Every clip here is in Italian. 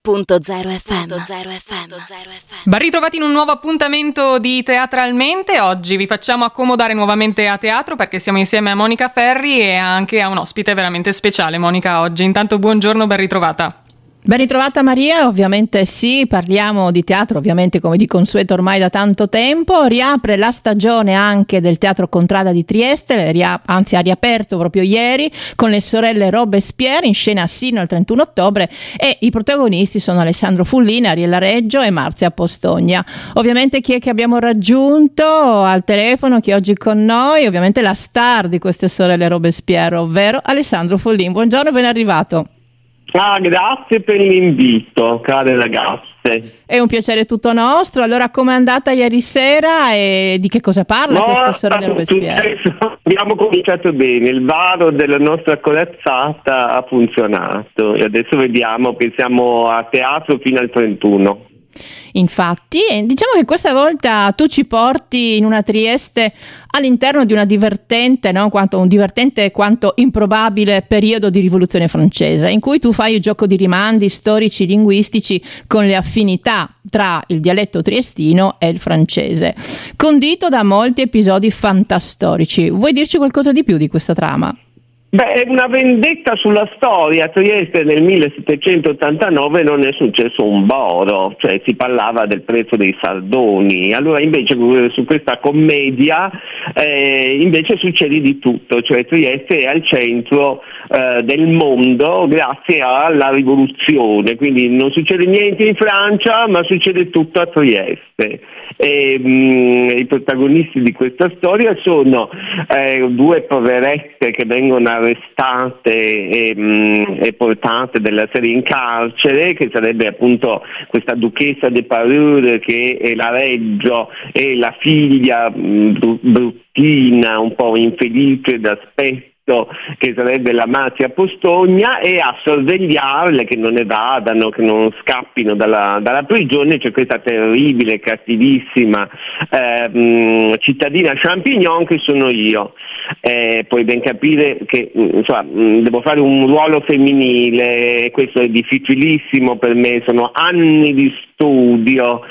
Ben ritrovati in un nuovo appuntamento di Teatralmente. Oggi vi facciamo accomodare nuovamente a teatro perché siamo insieme a Monica Ferri e anche a un ospite veramente speciale. Monica, oggi intanto buongiorno, ben ritrovata. Ben ritrovata Maria, ovviamente sì, parliamo di teatro, ovviamente come di consueto ormai da tanto tempo. Riapre la stagione anche del Teatro Contrada di Trieste, anzi ha riaperto proprio ieri con le sorelle Robespierre, in scena sino al 31 ottobre, e i protagonisti sono Alessandro Fullini, Ariella Reggio e Marzia Postogna. Ovviamente chi è che abbiamo raggiunto al telefono, chi è oggi con noi? Ovviamente la star di queste sorelle Robespierre, ovvero Alessandro Fullini. Buongiorno e ben arrivato. Grazie per l'invito, care ragazze. È un piacere tutto nostro. Allora, com'è andata ieri sera e di che cosa parla questa sorella Robespierre? Abbiamo cominciato bene, il varo della nostra corazzata ha funzionato e adesso vediamo che siamo a teatro fino al 31. Infatti, diciamo che questa volta tu ci porti in una Trieste all'interno di una divertente, quanto improbabile periodo di rivoluzione francese, in cui tu fai il gioco di rimandi storici linguistici con le affinità tra il dialetto triestino e il francese, condito da molti episodi fantastorici. Vuoi dirci qualcosa di più di questa trama? È una vendetta sulla storia. A Trieste nel 1789 non è successo un boro, cioè si parlava del prezzo dei sardoni. Allora invece su questa commedia invece succede di tutto, cioè Trieste è al centro del mondo grazie alla rivoluzione, quindi non succede niente in Francia ma succede tutto a Trieste. I protagonisti di questa storia sono due poverette che vengono arrestate e portate della serie in carcere, che sarebbe appunto questa duchessa de Parure che è la Reggio e la figlia bruttina, un po' infelice d'aspetto, che sarebbe la Marzia Postogna, e a sorvegliarle che non evadano, che non scappino dalla prigione c'è questa terribile, cattivissima cittadina Champignon che sono io. Puoi ben capire che devo fare un ruolo femminile, questo è difficilissimo per me, sono anni di studio,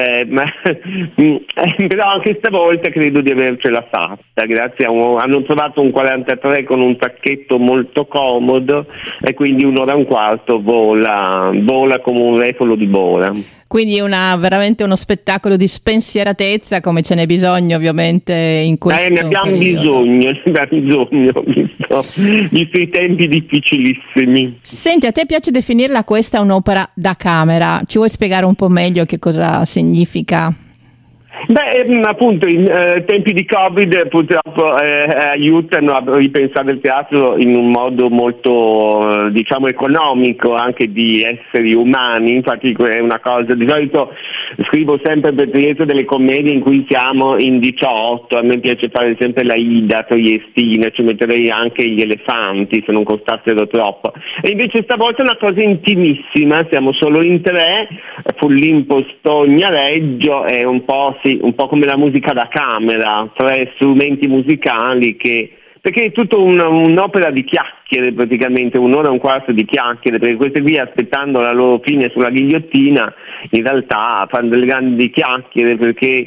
però anche stavolta credo di avercela fatta, grazie hanno trovato un 43 con un sacchetto molto comodo e quindi un'ora e un quarto vola come un refolo di bola. Quindi veramente uno spettacolo di spensieratezza, come ce n'è bisogno ovviamente in questo ne abbiamo bisogno, visto i tempi difficilissimi. Senti, a te piace definirla questa un'opera da camera? Ci vuoi spiegare un po' meglio che cosa significa? Appunto in tempi di Covid purtroppo aiutano a ripensare il teatro in un modo molto economico anche di esseri umani. Infatti è una cosa, di solito scrivo sempre per Trieste delle commedie in cui siamo in 18, a me piace fare sempre la Ida triestina, ci metterei anche gli elefanti se non costassero troppo, e invece stavolta è una cosa intimissima, siamo solo in tre, Fullin, Postogna, Reggio, è un po' come la musica da camera, tre strumenti musicali perché è tutto un'opera di chiacchiere, praticamente un'ora e un quarto di chiacchiere, perché queste qui, aspettando la loro fine sulla ghigliottina, in realtà fanno delle grandi chiacchiere, perché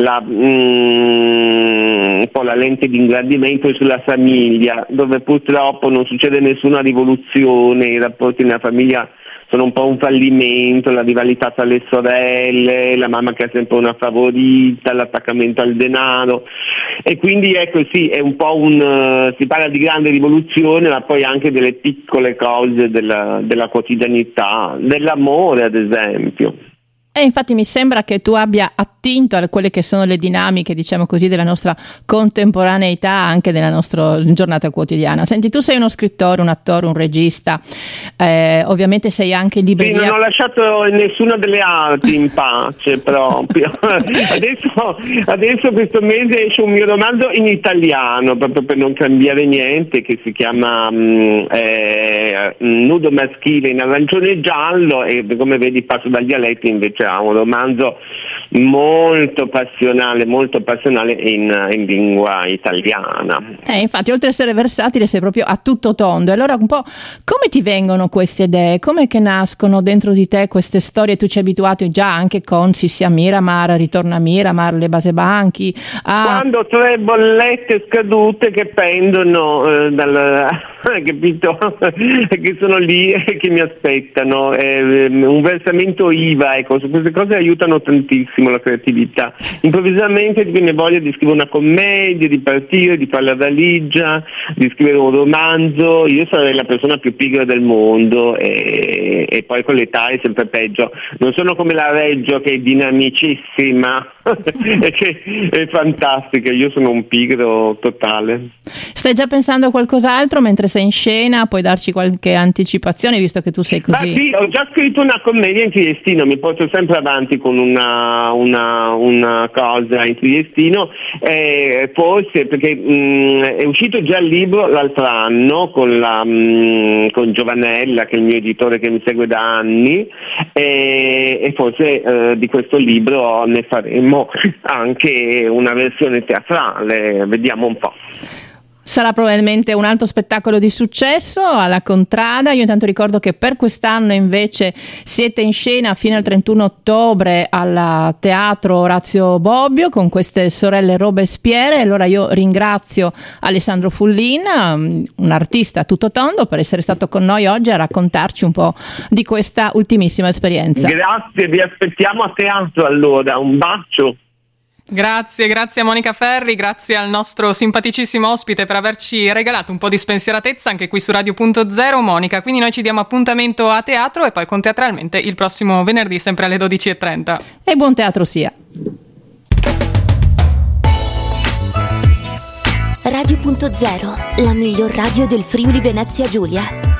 un po' la lente di ingrandimento è sulla famiglia, dove purtroppo non succede nessuna rivoluzione, i rapporti nella famiglia sono un po' un fallimento, la rivalità tra le sorelle, la mamma che è sempre una favorita, l'attaccamento al denaro, e quindi ecco sì, è un po' si parla di grande rivoluzione, ma poi anche delle piccole cose della quotidianità, dell'amore ad esempio. E infatti mi sembra che tu abbia attinto a quelle che sono le dinamiche, diciamo così, della nostra contemporaneità, anche della nostra giornata quotidiana. Senti, tu sei uno scrittore, un attore, un regista, ovviamente sei anche in libreria. Sì, non ho lasciato nessuna delle arti in pace proprio. adesso questo mese esce un mio romanzo in italiano, proprio per non cambiare niente, che si chiama Nudo maschile in arancione e giallo, e come vedi passo dal dialetto invece invece ha un romanzo molto passionale in lingua italiana. Infatti, oltre ad essere versatile, sei proprio a tutto tondo. Allora, un po' come ti vengono queste idee? Come che nascono dentro di te queste storie? Tu ci hai abituato già anche con Sissi a Miramar, Ritorno a Miramar, Le Base Banchi. Quando ho 3 bollette scadute che pendono capito? Che sono lì e che mi aspettano, un versamento IVA, ecco, queste cose aiutano tantissimo la creatività. Improvvisamente ti viene voglia di scrivere una commedia, di partire, di fare la valigia, di scrivere un romanzo. Io sarei la persona più pigra del mondo e poi con l'età è sempre peggio. Non sono come la Reggio che è dinamicissima e che è fantastica. Io sono un pigro totale. Stai già pensando a qualcos'altro mentre sei in scena? Puoi darci qualche anticipazione, visto che tu sei così? Sì, ho già scritto una commedia in triestino, mi porto sempre avanti con una cosa in triestino, forse perché è uscito già il libro l'altro anno con Giovanella, che è il mio editore che mi segue da anni, e forse di questo libro ne faremo anche una versione teatrale, vediamo un po'. Sarà probabilmente un altro spettacolo di successo alla Contrada. Io intanto ricordo che per quest'anno invece siete in scena fino al 31 ottobre al Teatro Orazio Bobbio con queste sorelle Robespierre. Allora io ringrazio Alessandro Fullin, un artista a tutto tondo, per essere stato con noi oggi a raccontarci un po' di questa ultimissima esperienza. Grazie, vi aspettiamo a teatro allora, un bacio. Grazie a Monica Ferri, grazie al nostro simpaticissimo ospite per averci regalato un po' di spensieratezza anche qui su Radio.0, Monica. Quindi noi ci diamo appuntamento a teatro e poi con Teatralmente il prossimo venerdì sempre alle 12:30. E buon teatro sia. Radio.0, la miglior radio del Friuli Venezia Giulia.